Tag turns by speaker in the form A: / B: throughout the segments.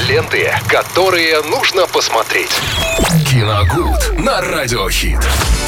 A: Ленты, которые нужно посмотреть. Киногуд на Радиохит.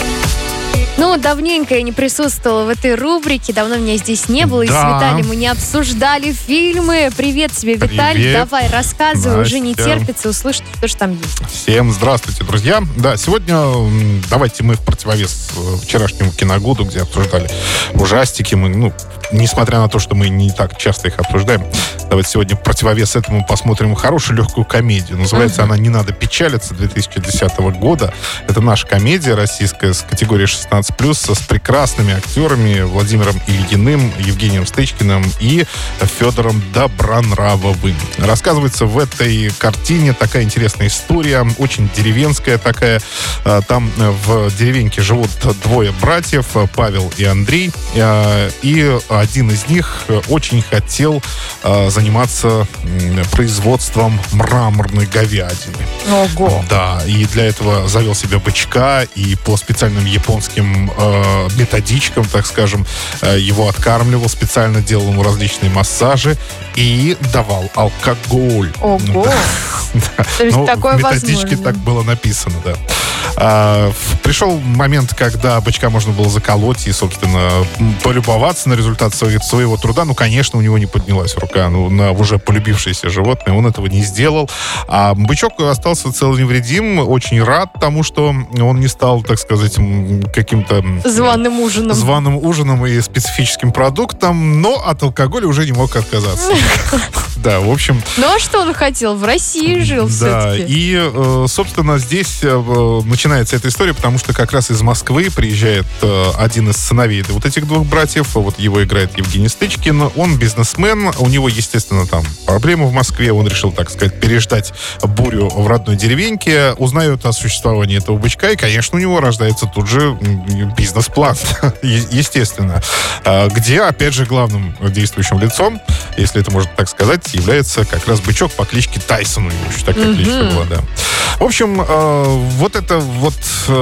B: Ну, давненько я не присутствовала в этой рубрике, давно меня здесь не было, и с Виталием мы не обсуждали фильмы. Привет тебе, Виталий,
C: Привет.
B: давай, рассказывай,
C: Настя.
B: уже не терпится услышать, что же там есть.
C: Всем здравствуйте, друзья. Да, сегодня давайте мы в противовес вчерашнему киногуду, где обсуждали ужастики. Мы, несмотря на то, что мы не так часто их обсуждаем, давайте сегодня в противовес этому посмотрим хорошую легкую комедию. Называется она «Не надо печалиться», 2010 года. Это наша комедия российская с категории 16+, с прекрасными актерами Владимиром Ильиным, Евгением Стычкиным и Федором Добронравовым. Рассказывается в этой картине такая интересная история, очень деревенская такая. Там в деревеньке живут двое братьев, Павел и Андрей, и один из них очень хотел заниматься производством мраморной говядины.
B: Ого!
C: Да, и для этого завел себе бычка, и по специальным японским методичкам, так скажем, его откармливал, специально делал ему различные массажи и давал алкоголь.
B: Ого!
C: Да.
B: То есть такое
C: в методичке
B: возможно.
C: так было написано, да. Пришел момент, когда бычка можно было заколоть и, собственно, полюбоваться на результат своего труда. Конечно, у него не поднялась рука на уже полюбившееся животное. Он этого не сделал. А бычок остался цел и невредим. Очень рад тому, что он не стал, так сказать, каким-то
B: Званым ужином
C: и специфическим продуктом, но от алкоголя уже не мог отказаться. Да, в общем...
B: Ну а что он хотел? В России жил
C: Да,
B: все-таки.
C: и, собственно, здесь начинается эта история, потому что как раз из Москвы приезжает один из сыновей вот этих двух братьев, вот его играет Евгений Стычкин, он бизнесмен, у него, естественно, там проблемы в Москве, он решил, так сказать, переждать бурю в родной деревеньке, узнает о существовании этого бычка, и, конечно, у него рождается тут же бизнес-план, естественно, где, опять же, главным действующим лицом, если это можно так сказать, является как раз бычок по кличке Тайсон, у него еще такая кличка была, да. В общем, вот эта вот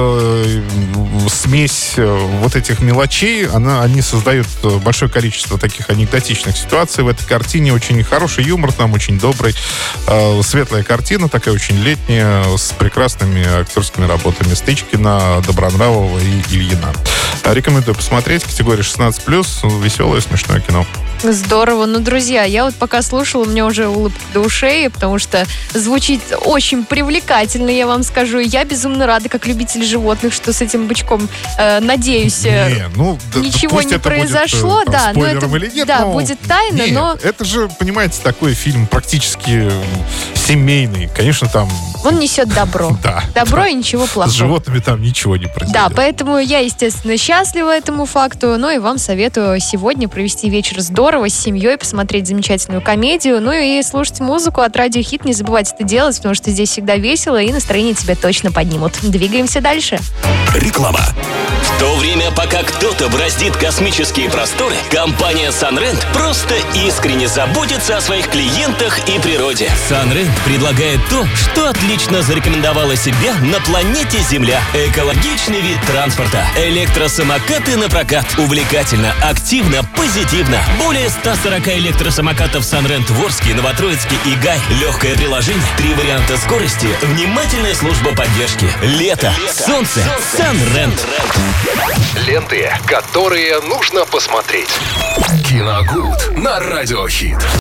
C: смесь вот этих мелочей, они создают большое количество таких анекдотичных ситуаций в этой картине. Очень хороший юмор там, очень добрый. Светлая картина, такая очень летняя, с прекрасными актерскими работами Стычкина, Добронравова и Ильина. Рекомендую посмотреть. Категория 16+. Веселое, смешное кино.
B: Здорово. Ну, друзья, я вот пока слушала, у меня уже улыбка до ушей, потому что звучит очень привлекательно, я вам скажу. Я безумно рада, как любитель животных, что с этим бычком, надеюсь, ничего не произошло. Да, но это
C: или нет,
B: будет тайна, но...
C: Это же, понимаете, такой фильм практически семейный. Конечно, там...
B: Он несет добро.
C: Да.
B: Добро и ничего плохого.
C: С животными там ничего не произойдет.
B: Да, поэтому я, естественно, счастлива этому факту, но и вам советую сегодня провести вечер здорово с семьей, посмотреть замечательную комедию, ну и слушать музыку от Радио Хит. Не забывайте это делать, потому что здесь всегда весело, и настроение тебя точно поднимут. Двигаемся дальше.
A: Реклама.
D: В то время, пока кто-то бороздит космические просторы, компания Sunrent просто искренне заботится о своих клиентах и природе. Sunrent предлагает то, что отлично зарекомендовало себя на планете Земля. Экологичный вид транспорта. Электросамокаты на прокат. Увлекательно, активно, позитивно. Более 140 электросамокатов Sunrent в Орске, Новотроицке и Гай. Легкое приложение, 3 варианта скорости, внимательная служба поддержки. Лето, солнце, Sunrent.
A: Ленты, которые нужно посмотреть. Киногуд на Радиохит.